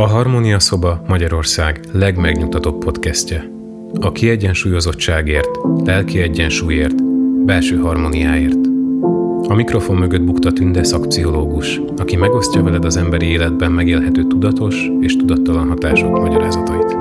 A Harmónia Szoba Magyarország legmegnyugtatóbb podcastje. A kiegyensúlyozottságért, lelki egyensúlyért, belső harmóniáért. A mikrofon mögött bukta Tünde szakpszichológus, aki megosztja veled az emberi életben megélhető tudatos és tudattalan hatások magyarázatait.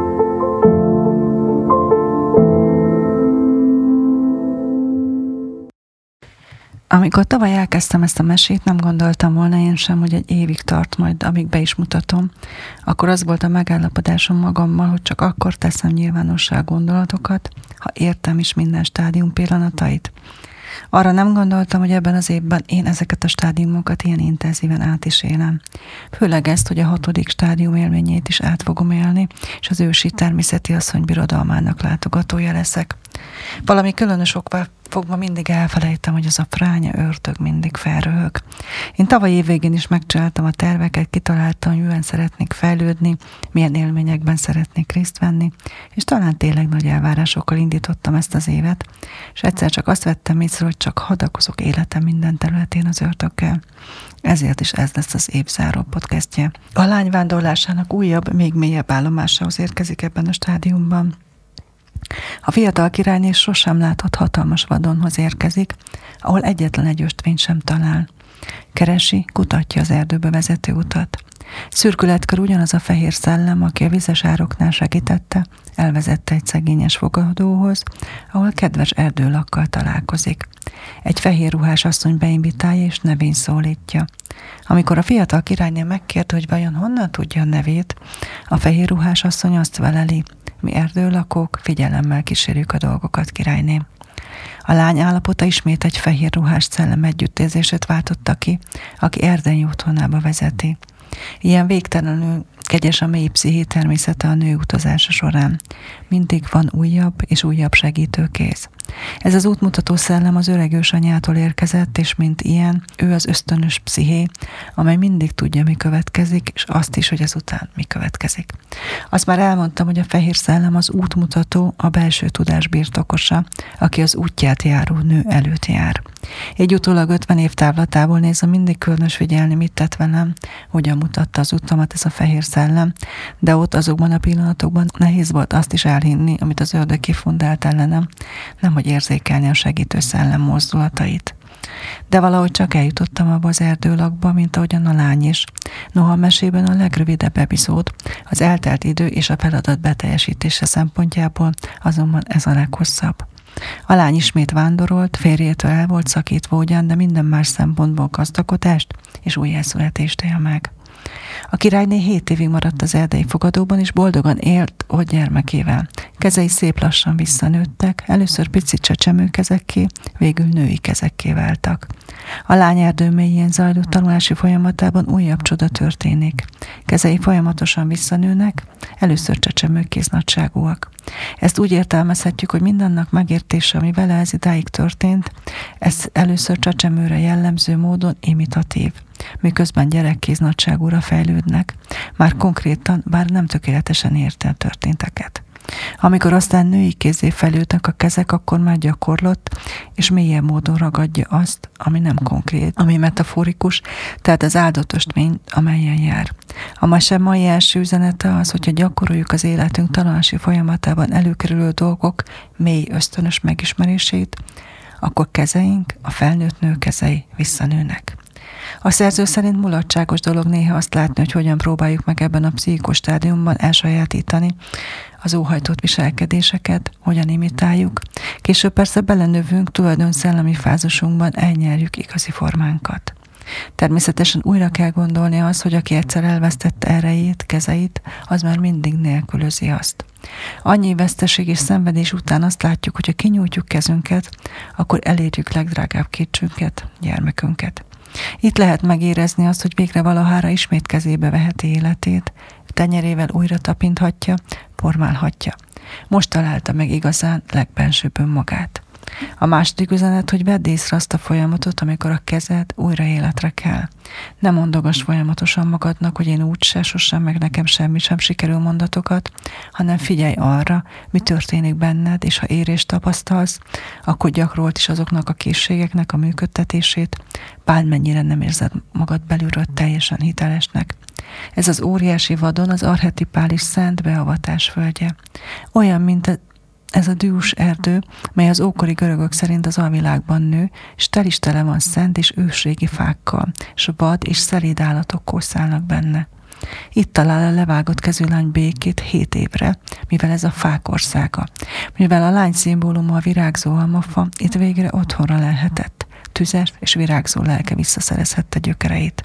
Amikor tavaly elkezdtem ezt a mesét, nem gondoltam volna én sem, hogy egy évig tart majd, amíg be is mutatom. Akkor az volt a megállapodásom magammal, hogy csak akkor teszem nyilvánossá gondolatokat, ha értem is minden stádium pillanatait. Arra nem gondoltam, hogy ebben az évben én ezeket a stádiumokat ilyen intenzíven át is élem. Főleg ezt, hogy a 6. stádium élményét is át fogom élni, és az ősi természeti asszony birodalmának látogatója leszek. Valami különös okból fogva mindig elfelejtem, hogy az a fránya ördög mindig felröhög. Én tavaly évvégén is megcsináltam a terveket, kitaláltam, hogy milyen szeretnék fejlődni, milyen élményekben szeretnék részt venni, és talán tényleg nagy elvárásokkal indítottam ezt az évet, és egyszer csak azt vettem észre, hogy csak hadakozok életem minden területén az ördöggel. Ezért is ez lesz az évzáró podcastje. A lány vándorlásának újabb, még mélyebb állomásához érkezik ebben a stádiumban. A fiatal királyné sosem látott hatalmas vadonhoz érkezik, ahol egyetlen egy östvényt sem talál. Keresi, kutatja az erdőbe vezető utat. Szürkületkör ugyanaz a fehér szellem, aki a vizes ároknál segítette, elvezette egy szegényes fogadóhoz, ahol kedves erdőlakkal találkozik. Egy fehér ruhás asszony beinvitálja és nevén szólítja. Amikor a fiatal királyné megkérde, hogy vajon honnan tudja a nevét, a fehér ruhás asszony azt veleli: mi erdőlakók figyelemmel kísérjük a dolgokat, királyné. A lány állapota ismét egy fehér ruhás szellem együttérzését váltotta ki, aki erdei otthonába vezeti. Ilyen végtelenül kegyes a mély psziché természete a nő utazása során. Mindig van újabb és újabb segítőkész. Ez az útmutató szellem az öreg ősanyától érkezett, és mint ilyen, ő az ösztönös psziché, amely mindig tudja, mi következik, és azt is, hogy ezután mi következik. Azt már elmondtam, hogy a fehér szellem az útmutató, a belső tudás birtokosa, aki az útját járó nő előtt jár. Így utólag 50 év távlatából nézve mindig különös figyelni, mit tett velem, hogyan mutatta az utamat ez a fehér szellem, de ott azokban a pillanatokban nehéz volt azt is elhinni, amit az ördög kifundált ellenem, nemhogy érzékelni a segítő szellem mozdulatait. De valahogy csak eljutottam abba az erdőlakba, mint ahogyan a lány is. Noha a mesében a legrövidebb epizód, az eltelt idő és a feladat beteljesítése szempontjából azonban ez a leghosszabb. A lány ismét vándorolt, férjétől el volt szakítva ugyan, de minden más szempontból gazdagodást és újjászületést él meg. A királyné 7 évig maradt az erdei fogadóban, és boldogan élt ott gyermekével. Kezei szép lassan visszanőttek, először pici csecsemő kezekké, végül női kezekké váltak. A lány erdő mélyén zajló tanulási folyamatában újabb csoda történik. Kezei folyamatosan visszanőnek, először csecsemőkéz nagyságúak. Ezt úgy értelmezhetjük, hogy mindannak megértése, ami vele ez idáig történt, ez először csecsemőre jellemző módon imitatív, miközben gyerekkéz nagyságúra fejlődnek, már konkrétan, bár nem tökéletesen érte a történteket. Amikor aztán női kézzé fejlődnek a kezek, akkor már gyakorlott, és mélyebb módon ragadja azt, ami nem konkrét, ami metaforikus, tehát az áldott östvény, amelyen jár. A mese mai első üzenete az, hogyha gyakoroljuk az életünk tanulási folyamatában előkerülő dolgok mély ösztönös megismerését, akkor kezeink, a felnőtt nő kezei visszanőnek. A szerző szerint mulatságos dolog néha azt látni, hogy hogyan próbáljuk meg ebben a pszichikos stádiumban elsajátítani az óhajtott viselkedéseket, hogyan imitáljuk. Később persze belenövünk tulajdon szellemi fázusunkban, elnyerjük igazi formánkat. Természetesen újra kell gondolni azt, hogy aki egyszer elvesztette erejét, kezeit, az már mindig nélkülözi azt. Annyi veszteség és szenvedés után azt látjuk, hogy ha kinyújtjuk kezünket, akkor elérjük legdrágább kincsünket, gyermekünket. Itt lehet megérezni azt, hogy végre valahára ismét kezébe veheti életét, tenyerével újra tapinthatja, formálhatja. Most találta meg igazán legbensőbb önmagát. A második üzenet, hogy vedd észre azt a folyamatot, amikor a kezed újra életre kell. Ne mondogass folyamatosan magadnak, hogy én úgyse, sosem, meg nekem semmi sem sikerül mondatokat, hanem figyelj arra, mi történik benned, és ha érést tapasztalsz, akkor gyakorolt is azoknak a készségeknek a működtetését, bármennyire nem érzed magad belülről teljesen hitelesnek. Ez az óriási vadon az archetipális szent beavatás földje. Olyan, mint ez a Diós erdő, mely az ókori görögök szerint az alvilágban nő, és tele van szent és ősrégi fákkal, és vad és szelíd állatok kószálnak benne. Itt talál a levágott kezű lány békét 7 évre, mivel ez a fák országa. Mivel a lány szimbóluma a virágzó almafa, itt végre otthonra lelhetett. Tüzes és virágzó lelke visszaszerezhette gyökereit.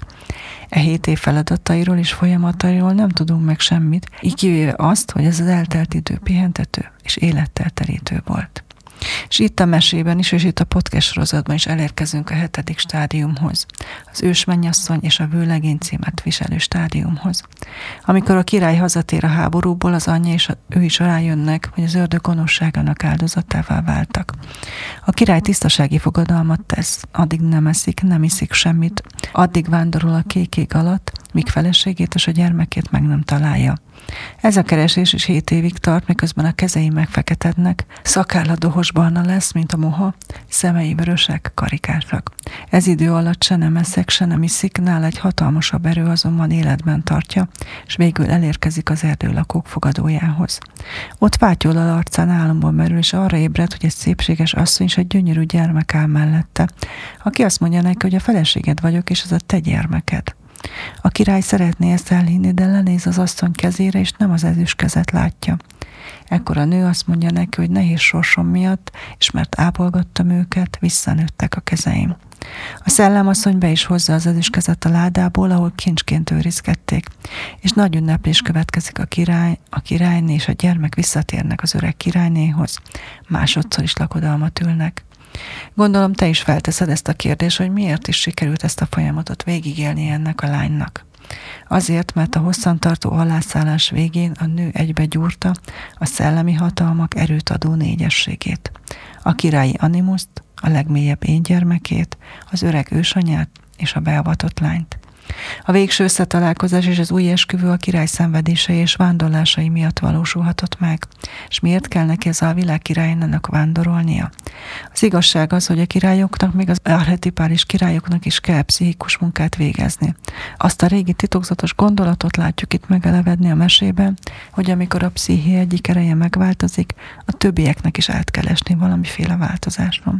7 év feladatairól és folyamatairól nem tudunk meg semmit, így kivéve azt, hogy ez az eltelt idő pihentető és élettel terítő volt. És itt a mesében is, és itt a podcast sorozatban is elérkezünk a 7. stádiumhoz, az ősmennyasszony és a vőlegény címet viselő stádiumhoz. Amikor a király hazatér a háborúból, az anyja és ő is rájönnek, hogy az ördög gonoszságának áldozatává váltak. A király tisztasági fogadalmat tesz, addig nem eszik, nem iszik semmit, addig vándorol a kék ég alatt, míg feleségét és a gyermekét meg nem találja. Ez a keresés is 7 évig tart, miközben a kezei megfeketednek, szakálla dohos-barna lesz, mint a moha, szemei vörösek, karikásak. Ez idő alatt se nem eszek, se nem iszik, nála egy hatalmasabb erő azonban életben tartja, és végül elérkezik az erdőlakók fogadójához. Ott fátyollal arcán álomban merül, és arra ébred, hogy egy szépséges asszony és egy gyönyörű gyermek áll mellette, aki azt mondja neki, hogy a feleséged vagyok, és ez a te gyermeked. A király szeretné ezt elhinni, de lenéz az asszony kezére, és nem az ezüstkezet látja. Ekkor a nő azt mondja neki, hogy nehéz sorsom miatt, és mert ápolgattam őket, visszanőttek a kezeim. A szellemasszony be is hozza az ezüstkezet a ládából, ahol kincsként őrizgették, és nagy ünneplés következik a királyné és a gyermek visszatérnek az öreg királynéhoz, másodszor is lakodalmat ülnek. Gondolom, te is felteszed ezt a kérdést, hogy miért is sikerült ezt a folyamatot végigélni ennek a lánynak. Azért, mert a hosszantartó alászállás végén a nő egybe gyúrta a szellemi hatalmak erőt adó négyességét. A királyi animuszt, a legmélyebb éngyermekét, az öreg ősanyát és a beavatott lányt. A végső összetalálkozás és az új esküvő a király szenvedései és vándorlásai miatt valósulhatott meg. És miért kell neki ez a világ királyának vándorolnia? Az igazság az, hogy a királyoknak, még az archetipális királyoknak is kell pszichikus munkát végezni. Azt a régi titokzatos gondolatot látjuk itt megelevedni a mesében, hogy amikor a psziché egyik ereje megváltozik, a többieknek is át kell esni valamiféle változáson.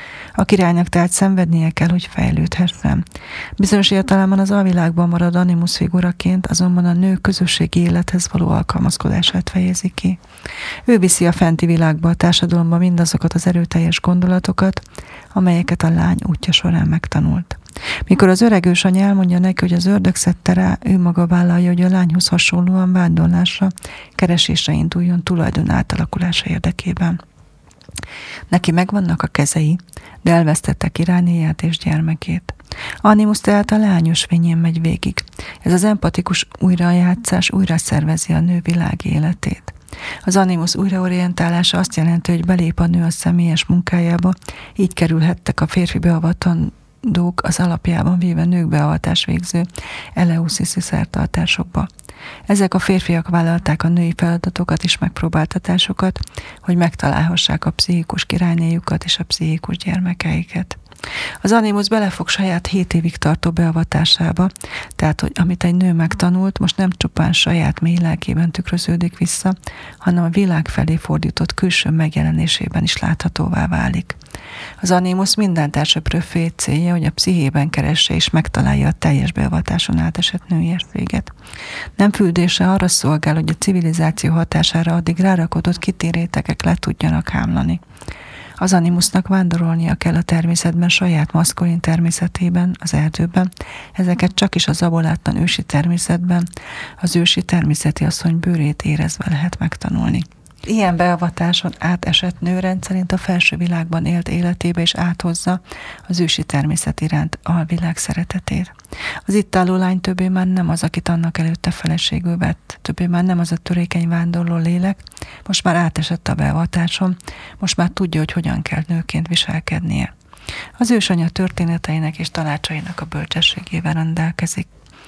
A királynak tehát szenvednie kell, hogy fejlődhessen. Bizonyos értelemben az alvilágban marad animus figuraként, azonban a nő közösségi élethez való alkalmazkodását fejezi ki. Ő viszi a fenti világba, a társadalomba mindazokat az erőteljes gondolatokat, amelyeket a lány útja során megtanult. Mikor az öreg ősanya elmondja neki, hogy az ördög szedte rá, ő maga vállalja, hogy a lányhoz hasonlóan vándorlásra, keresésre induljon tulajdon átalakulása érdekében. Neki megvannak a kezei, de elvesztette királynéját és gyermekét. Animus tehát a leány ösvényén megy végig. Ez az empatikus újrajátszás újra szervezi a nő világi életét. Az animus újraorientálása azt jelenti, hogy belép a nő a személyes munkájába, így kerülhettek a férfi beavatandók az alapjában véve nők beavatás végző eleusziszi szertartásokba. Ezek a férfiak vállalták a női feladatokat és megpróbáltatásokat, hogy megtalálhassák a pszichikus királynéjukat és a pszichikus gyermekeiket. Az animus belefog saját 7 évig tartó beavatásába, tehát, hogy amit egy nő megtanult, most nem csupán saját mély lelkében tükröződik vissza, hanem a világ felé fordított külső megjelenésében is láthatóvá válik. Az animus mindent elsöprő fő célja, hogy a pszichében keresse és megtalálja a teljes beavatáson átesett nőiességet. Nem füldése arra szolgál, hogy a civilizáció hatására addig rárakodott kitérétekek le tudjanak hámlani. Az animusnak vándorolnia kell a természetben, saját maszkulin természetében, az erdőben. Ezeket csak is az abolátlan ősi természetben, az ősi természeti asszony bőrét érezve lehet megtanulni. Ilyen beavatáson átesett nő rendszerint a felső világban élt életébe és áthozza az ősi természet iránt alvilág szeretetét. Az itt álló lány többé már nem az, akit annak előtte feleségül vett, többé már nem az a törékeny vándorló lélek, most már átesett a beavatáson, most már tudja, hogy hogyan kell nőként viselkednie. Az ősanya történeteinek és tanácsainak a bölcsességével rendelkezik.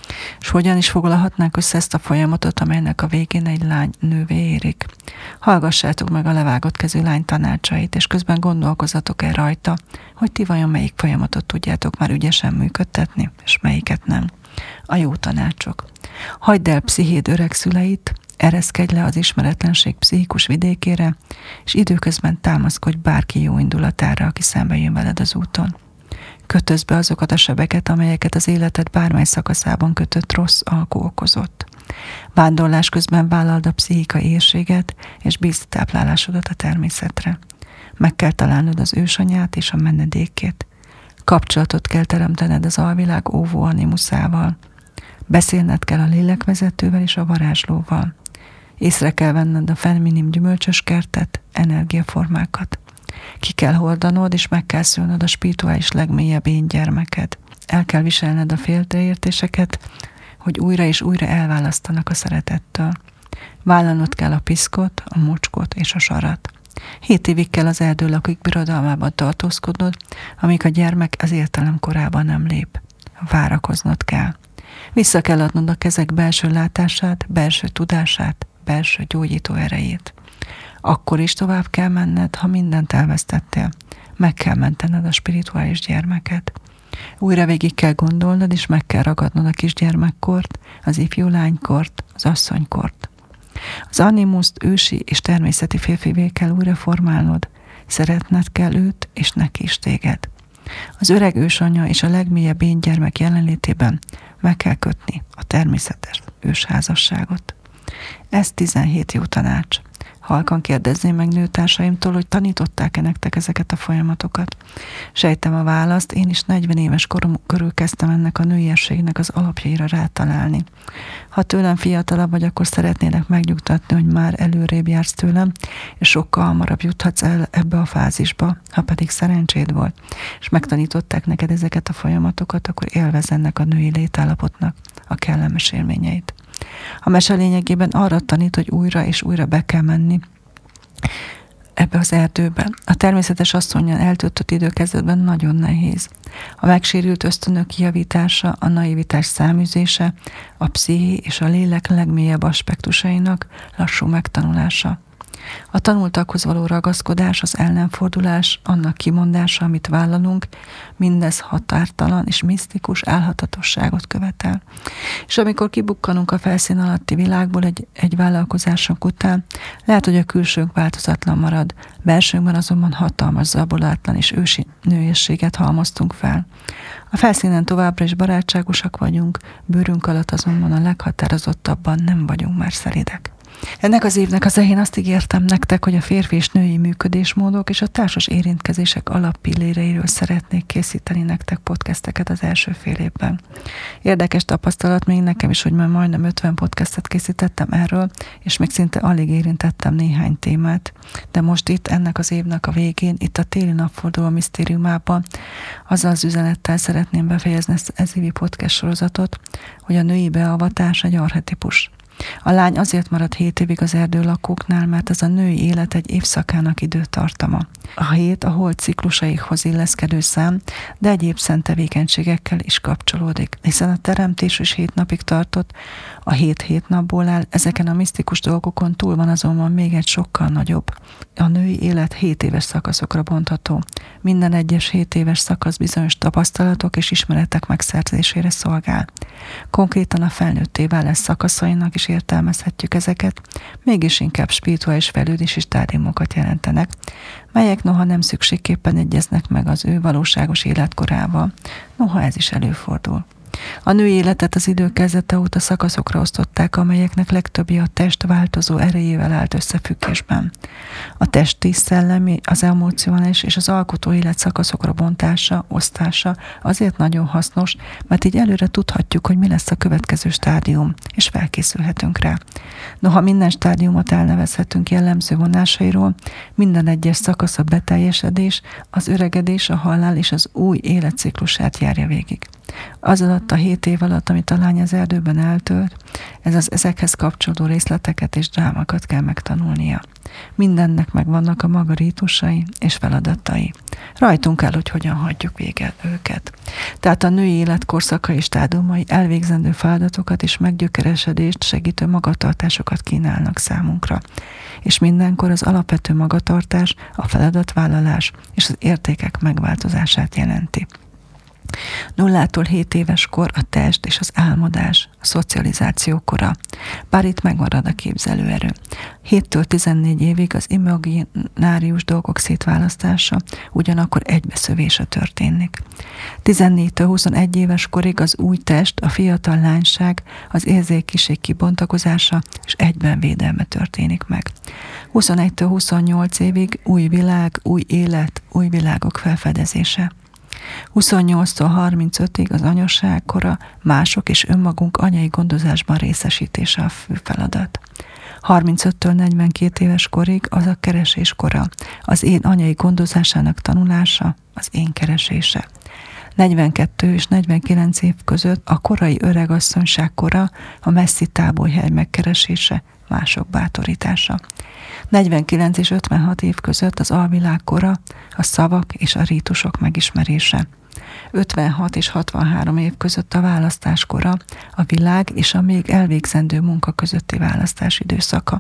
És hogyan is foglalhatnánk össze ezt a folyamatot, amelynek a végén egy lány nővé érik? Hallgassátok meg a levágott kezű lány tanácsait, és közben gondolkozzatok el rajta, hogy ti vajon melyik folyamatot tudjátok már ügyesen működtetni, és melyiket nem. A jó tanácsok. Hagyd el pszichéd öreg szüleit, ereszkedj le az ismeretlenség pszichikus vidékére, és időközben támaszkodj bárki jó indulatára, aki szembe jön veled az úton. Kötözd be azokat a sebeket, amelyeket az életed bármely szakaszában kötött rossz alkú okozott. Vándorlás közben vállald a pszichikai éhséget, és bízd táplálásodat a természetre. Meg kell találnod az ősanyát és a menedékét. Kapcsolatot kell teremtened az alvilág óvó animuszával. Beszélned kell a lélekvezetővel és a varázslóval. Észre kell venned a feminim gyümölcsös kertet, energiaformákat. Ki kell hordanod, és meg kell szülnöd a spirituális legmélyebb én gyermeked. El kell viselned a félreértéseket, hogy újra és újra elválasztanak a szeretettől. Vállalnod kell a piszkot, a mocskot és a sarat. 7 évig kell az erdőlakók birodalmában tartózkodnod, amíg a gyermek az értelem korában nem lép. Várakoznod kell. Vissza kell adnod a kezek belső látását, belső tudását, belső gyógyító erejét. Akkor is tovább kell menned, ha mindent elvesztettél. Meg kell mentened a spirituális gyermeket. Újra végig kell gondolnod, és meg kell ragadnod a kisgyermekkort, az ifjú lánykort, az asszonykort. Az animuszt ősi és természeti férfivé kell újra formálnod. Szeretned kell őt, és neki is téged. Az öreg ősanya és a legmélyebb én gyermek jelenlétében meg kell kötni a természetes ősházasságot. Ez 17 jó tanács. Halkan kérdezném meg nőtársaimtól, hogy tanították-e nektek ezeket a folyamatokat. Sejtem a választ, én is 40 éves korom körül kezdtem ennek a nőiességnek az alapjaira rátalálni. Ha tőlem fiatalabb vagy, akkor szeretnélek megnyugtatni, hogy már előrébb jársz tőlem, és sokkal hamarabb juthatsz el ebbe a fázisba, ha pedig szerencséd volt, és megtanították neked ezeket a folyamatokat, akkor élvezd ennek a női létállapotnak a kellemes élményeit. A mese lényegében arra tanít, hogy újra és újra be kell menni ebbe az erdőbe. A természetes asszonnyal eltöltött idő kezdetben nagyon nehéz. A megsérült ösztönök kijavítása, a naivitás száműzése, a psziché és a lélek legmélyebb aspektusainak lassú megtanulása. A tanultakhoz való ragaszkodás, az ellenfordulás, annak kimondása, amit vállalunk, mindez határtalan és misztikus álhatatosságot követel. És amikor kibukkanunk a felszín alatti világból egy vállalkozásunk után, lehet, hogy a külsőnk változatlan marad, belsőnkben azonban hatalmas zabolátlan és ősi nőiességet halmoztunk fel. A felszínen továbbra is barátságosak vagyunk, bőrünk alatt azonban a leghatározottabban nem vagyunk már szelídek. Ennek az évnek az elején azt ígértem nektek, hogy a férfi és női működésmódok és a társas érintkezések alappilléreiről szeretnék készíteni nektek podcasteket az első fél évben. Érdekes tapasztalat még nekem is, hogy már majdnem 50 podcastet készítettem erről, és még szinte alig érintettem néhány témát, de most itt ennek az évnek a végén, itt a téli napforduló misztériumában azzal az üzenettel szeretném befejezni ezt az évi podcast sorozatot, hogy a női beavatás egy archetipus. A lány azért marad 7 évig az erdőlakóknál, mert ez a női élet egy évszakának időtartama. A 7 a hold ciklusaikhoz illeszkedő szám, de egyéb szent tevékenységekkel is kapcsolódik, hiszen a teremtés is 7 napig tartott, a 7 napból áll, ezeken a misztikus dolgokon túl van azonban még egy sokkal nagyobb. A női élet 7 éves szakaszokra bontható. Minden egyes 7 éves szakasz bizonyos tapasztalatok és ismeretek megszerzésére szolgál. Konkrétan a felnőtté válás szakaszainak is értelmezhetjük ezeket, mégis inkább spirituális fejlődési stádiumokat jelentenek, melyek noha nem szükségképpen egyeznek meg az ő valóságos életkorával, noha ez is előfordul. A női életet az idő kezdete óta szakaszokra osztották, amelyeknek legtöbbje a test változó erejével állt összefüggésben. A testi, szellemi, az emocionális és az alkotó élet szakaszokra bontása, osztása azért nagyon hasznos, mert így előre tudhatjuk, hogy mi lesz a következő stádium, és felkészülhetünk rá. Noha minden stádiumot elnevezhetünk jellemző vonásairól, minden egyes szakasz a beteljesedés, az öregedés, a halál és az új életciklusát járja végig. Az alatt a 7 év alatt, amit a lány az erdőben eltölt, ezekhez kapcsolódó részleteket és drámákat kell megtanulnia. Mindennek megvannak a maga rítusai és feladatai. Rajtunk el, hogy hogyan hagyjuk végre őket. Tehát a női életkorszaka és stádumai elvégzendő feladatokat és meggyökeresedést segítő magatartásokat kínálnak számunkra. És mindenkor az alapvető magatartás, a feladatvállalás és az értékek megváltozását jelenti. 0-tól 7 éves kor a test és az álmodás, a szocializáció kora, bár itt megmarad a képzelőerő. 7-től 14 évig az imaginárius dolgok szétválasztása, ugyanakkor egybeszövése történik. 14-től 21 éves korig az új test, a fiatal lányság, az érzékiség kibontakozása és egyben védelme történik meg. 21-től 28 évig új világ, új élet, új világok felfedezése. 28-tól 35-ig az anyaság kora, mások és önmagunk anyai gondozásban részesítése a fő feladat. 35-től 42 éves korig az a keresés kora, az én anyai gondozásának tanulása, az én keresése. 42 és 49 év között a korai öregasszonyság kora, a messzi táborhely megkeresése, mások bátorítása. 49 és 56 év között az alvilág kora, a szavak és a rítusok megismerése. 56 és 63 év között a választás kora, a világ és a még elvégzendő munka közötti választás időszaka.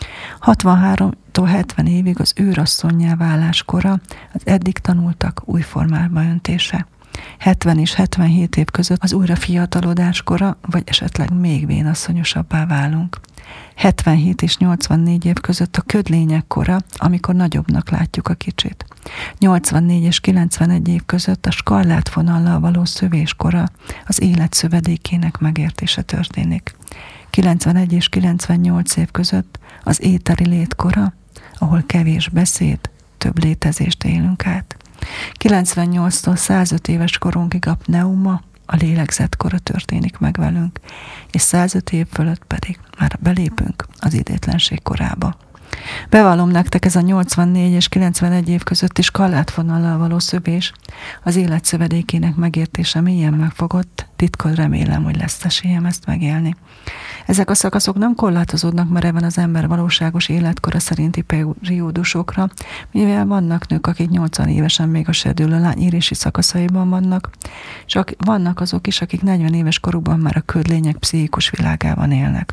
63-tól 70 évig az őrasszonnyá válás kora, az eddig tanultak új formába öntése. 70 és 77 év között az újra fiatalodás kora, vagy esetleg még vénasszonyosabbá válunk. 77 és 84 év között a ködlények kora, amikor nagyobbnak látjuk a kicsit. 84 és 91 év között a skarlát vonallal való szövés kora, az élet szövedékének megértése történik. 91 és 98 év között az éteri létkora, ahol kevés beszéd, több létezést élünk át. 98-tól 105 éves korunkig a pneuma, a lélegzetkora történik meg velünk, és 105 év fölött pedig már belépünk az idétlenség korába. Bevallom nektek, ez a 84 és 91 év közötti skarlátvonallal való szövés, az élet szövedékének megértése mélyen megfogott, titkon remélem, hogy lesz esélyem ezt megélni. Ezek a szakaszok nem korlátozódnak mereven az ember valóságos életkora szerinti periódusokra, mivel vannak nők, akik 80 évesen még a serdülő lány érési szakaszaiban vannak, és vannak azok is, akik 40 éves korukban már a ködlények pszichikus világában élnek.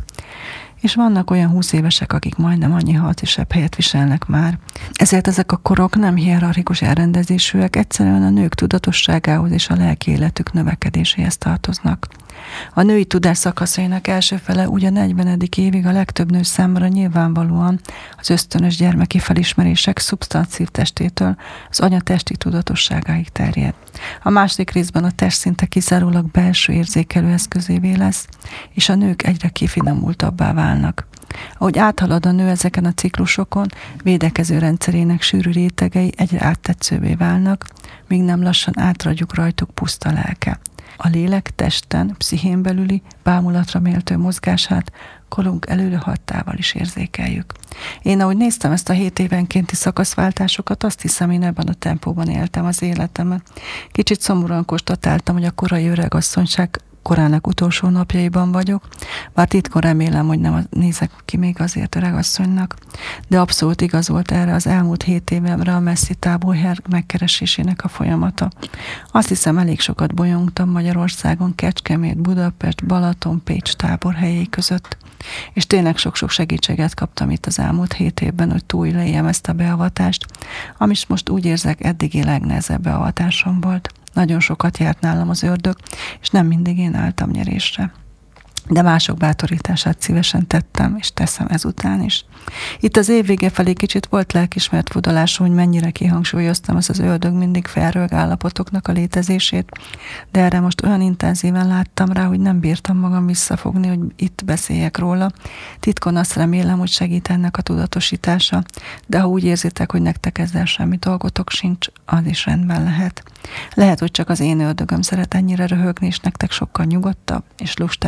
És vannak olyan 20 évesek, akik majdnem annyi harcisebb helyet viselnek már. Ezért ezek a korok nem hierarchikus elrendezésűek, egyszerűen a nők tudatosságához és a lelki életük növekedéséhez tartoznak. A női tudás szakaszainak első fele ugye a 40. évig a legtöbb nő számára nyilvánvalóan az ösztönös gyermeki felismerések szubstanszív testétől az anya testi tudatosságáig terjed. A második részben a test szinte kizárólag belső érzékelő eszközévé lesz, és a nők egyre kifinomultabbá válnak. Ahogy áthalad a nő ezeken a ciklusokon, védekező rendszerének sűrű rétegei egyre áttetszővé válnak, míg nem lassan átragyuk rajtuk puszta lelke. A lélek testen, pszichén belüli, bámulatra méltó mozgását korunk előrehattával is érzékeljük. Én ahogy néztem ezt a 7 évenkénti szakaszváltásokat, azt hiszem, én ebben a tempóban éltem az életemet. Kicsit szomorúan konstatáltam, hogy a korai öregasszonyság korának utolsó napjaiban vagyok, bár titkon remélem, hogy nem nézek ki még azért öregasszonynak, de abszolút igaz volt erre az elmúlt 7 évemre a messzi táborhely megkeresésének a folyamata. Azt hiszem, elég sokat bolyongtam Magyarországon, Kecskemét, Budapest, Balaton, Pécs táborhelyei között, és tényleg sok-sok segítséget kaptam itt az elmúlt 7 évben, hogy túléljem ezt a beavatást, amit most úgy érzek, eddigi legnehezebb beavatásom volt. Nagyon sokat járt nálam az ördög, és nem mindig én álltam nyerésre. De mások bátorítását szívesen tettem, és teszem ezután is. Itt az év vége felé kicsit volt lelkismert fudalásom, hogy mennyire kihangsúlyoztam az ördög mindig felrög állapotoknak a létezését, de erre most olyan intenzíven láttam rá, hogy nem bírtam magam visszafogni, hogy itt beszéljek róla. Titkon azt remélem, hogy segít ennek a tudatosítása, de ha úgy érzitek, hogy nektek ezzel semmi dolgotok sincs, az is rendben lehet. Lehet, hogy csak az én ördögöm szeret ennyire röhögni, és nektek sokkal nyugodtabb és lustább ördög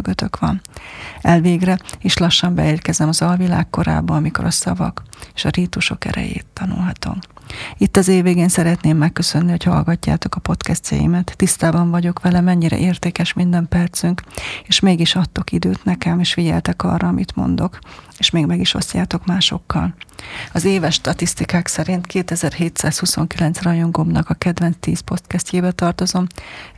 mögötök van. Elvégre, és lassan beérkezem az alvilág korába, amikor a szavak és a rítusok erejét tanulhatom. Itt az év végén szeretném megköszönni, hogy hallgatjátok a podcastjaimet. Tisztában vagyok vele, mennyire értékes minden percünk, és mégis adtok időt nekem, és figyeltek arra, amit mondok, és még meg is osztjátok másokkal. Az éves statisztikák szerint 2729 rajongómnak a kedvenc 10 podcastjébe tartozom,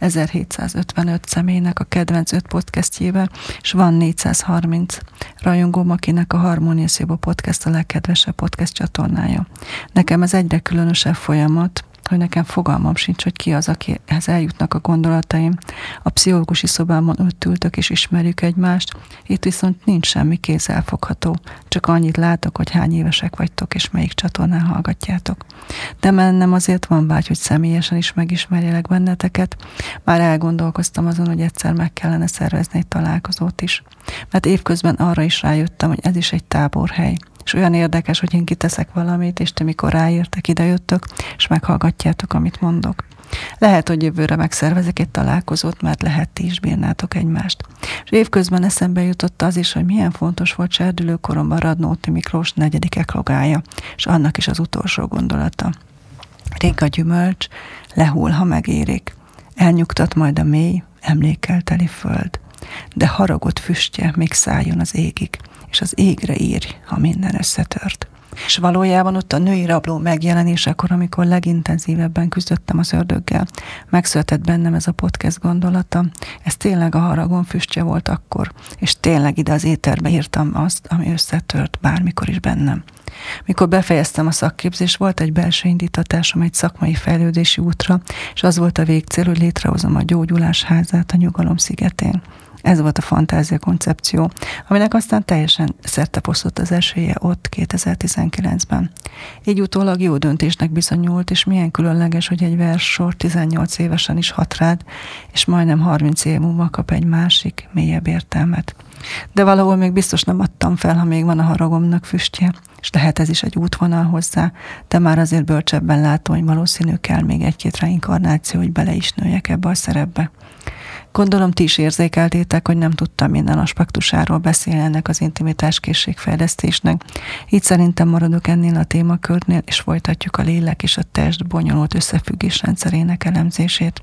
1755 személynek a kedvenc 5 podcastjébe, és van 430 rajongóm, akinek a Harmónia Sziba Podcast a legkedvesebb podcast csatornája. Nekem ez egyre különösebb folyamat, hogy nekem fogalmam sincs, hogy ki az, akihez eljutnak a gondolataim. A pszichológusi szobában ott ültök és ismerjük egymást, itt viszont nincs semmi kézzelfogható, csak annyit látok, hogy hány évesek vagytok és melyik csatornán hallgatjátok. De bennem azért van vágy, hogy személyesen is megismerjelek benneteket. Már elgondolkoztam azon, hogy egyszer meg kellene szervezni egy találkozót is. Mert évközben arra is rájöttem, hogy ez is egy táborhely. És olyan érdekes, hogy én kiteszek valamit, és te mikor ráértek, idejöttök, és meghallgatjátok, amit mondok. Lehet, hogy jövőre megszervezek egy találkozót, mert lehet ti is bírnátok egymást. És évközben eszembe jutott az is, hogy milyen fontos volt serdülőkoromban Radnóti Miklós 4. eklogája, és annak is az utolsó gondolata. Rég a gyümölcs, lehull, ha megérik. Elnyugtat majd a mély, emlékkel teli föld. De haragott füstje még szálljon az égig, és az égre írj, ha minden összetört. És valójában ott a női rabló megjelenésekor, amikor legintenzívebben küzdöttem az ördöggel, megszületett bennem ez a podcast gondolata. Ez tényleg a haragon füstje volt akkor, és tényleg ide az éterbe írtam azt, ami összetört bármikor is bennem. Mikor befejeztem a szakképzést, volt egy belső indítatásom egy szakmai fejlődési útra, és az volt a végcél, hogy létrehozom a gyógyulás házát a Nyugalom szigetén. Ez volt a fantázia koncepció, aminek aztán teljesen szertefosztott az esélye ott 2019-ben. Így utólag jó döntésnek bizonyult, és milyen különleges, hogy egy verssor 18 évesen is hat rád, és majdnem 30 év múlva kap egy másik, mélyebb értelmet. De valahol még biztos nem adtam fel, ha még van a haragomnak füstje, és lehet ez is egy útvonal hozzá, de már azért bölcsebben látom, hogy valószínű kell még egy-két reinkarnáció, hogy bele is nőjek ebbe a szerepbe. Gondolom ti is érzékeltétek, hogy nem tudtam minden aspektusáról beszélni ennek az intimitáskészségfejlesztésnek. Így szerintem maradok ennél a témakörnél, és folytatjuk a lélek és a test bonyolult összefüggésrendszerének elemzését.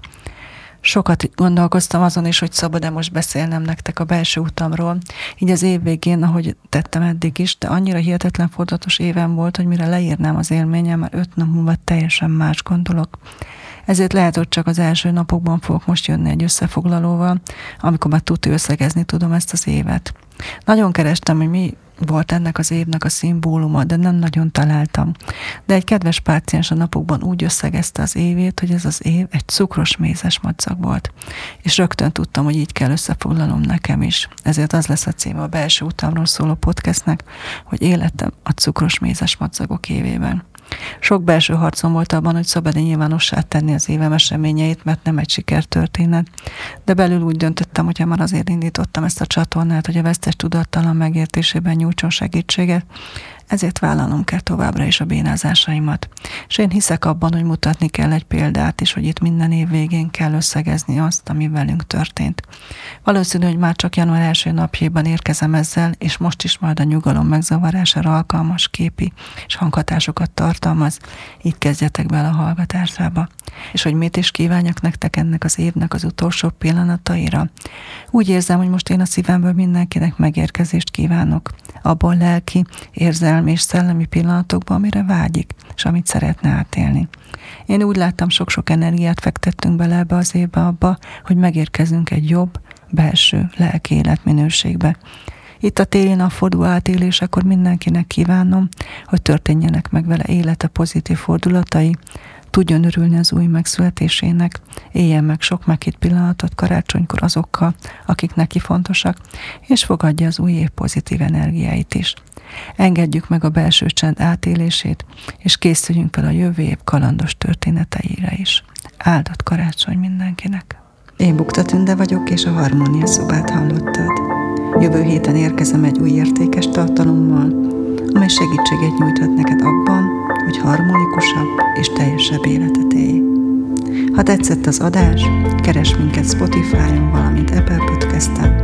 Sokat gondolkoztam azon is, hogy szabad-e most beszélnem nektek a belső utamról, így az év végén, ahogy tettem eddig is, de annyira hihetetlen fordulatos évem volt, hogy mire leírnám az élményem, már 5 nap múlva teljesen más gondolok. Ezért lehet, hogy csak az első napokban fogok most jönni egy összefoglalóval, amikor már tudja összegezni tudom ezt az évet. Nagyon kerestem, hogy mi volt ennek az évnek a szimbóluma, de nem nagyon találtam. De egy kedves páciens a napokban úgy összegezte az évét, hogy ez az év egy cukros mézes madzag volt. És rögtön tudtam, hogy így kell összefoglalnom nekem is. Ezért az lesz a címe a belső utamról szóló podcastnek, hogy életem a cukros mézes madzagok évében. Sok belső harcom volt abban, hogy szabad-e nyilvánossá tenni az évem eseményeit, mert nem egy sikertörténet, de belül úgy döntöttem, hogyha már azért indítottam ezt a csatornát, hogy a vesztes tudattalan megértésében nyújtson segítséget, ezért vállalnom kell továbbra is a bénázásaimat. És én hiszek abban, hogy mutatni kell egy példát, és hogy itt minden év végén kell összegezni azt, ami velünk történt. Valószínű, hogy már csak január első napjában érkezem ezzel, és most is majd a nyugalom megzavarására alkalmas képi és hanghatásokat tartalmaz. Így kezdjetek bele a hallgatásába. És hogy mit is kívánjak nektek ennek az évnek az utolsó pillanataira. Úgy érzem, hogy most én a szívemből mindenkinek megérkezést kívánok. Abban lelki, érzelmi és szellemi pillanatokban, amire vágyik, és amit szeretne átélni. Én úgy láttam, sok-sok energiát fektettünk bele ebbe az évbe abba, hogy megérkezünk egy jobb, belső lelki életminőségbe. Itt a téli napforduló átélésekor mindenkinek kívánom, hogy történjenek meg vele élete pozitív fordulatai, tudjon örülni az új megszületésének, éljen meg sok meghitt pillanatot karácsonykor azokkal, akik neki fontosak, és fogadja az új év pozitív energiáit is. Engedjük meg a belső csend átélését, és készüljünk fel a jövő év kalandos történeteire is. Áldott karácsony mindenkinek! Én Bukta Tünde vagyok, és a Harmónia Szobát hallottad. Jövő héten érkezem egy új értékes tartalommal, amely segítséget nyújthat neked abban, hogy harmonikusabb és teljesebb életet élj. Ha tetszett az adás, keresd minket Spotify-on, valamint Apple Podcast-en,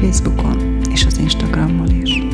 Facebookon és az Instagramon is.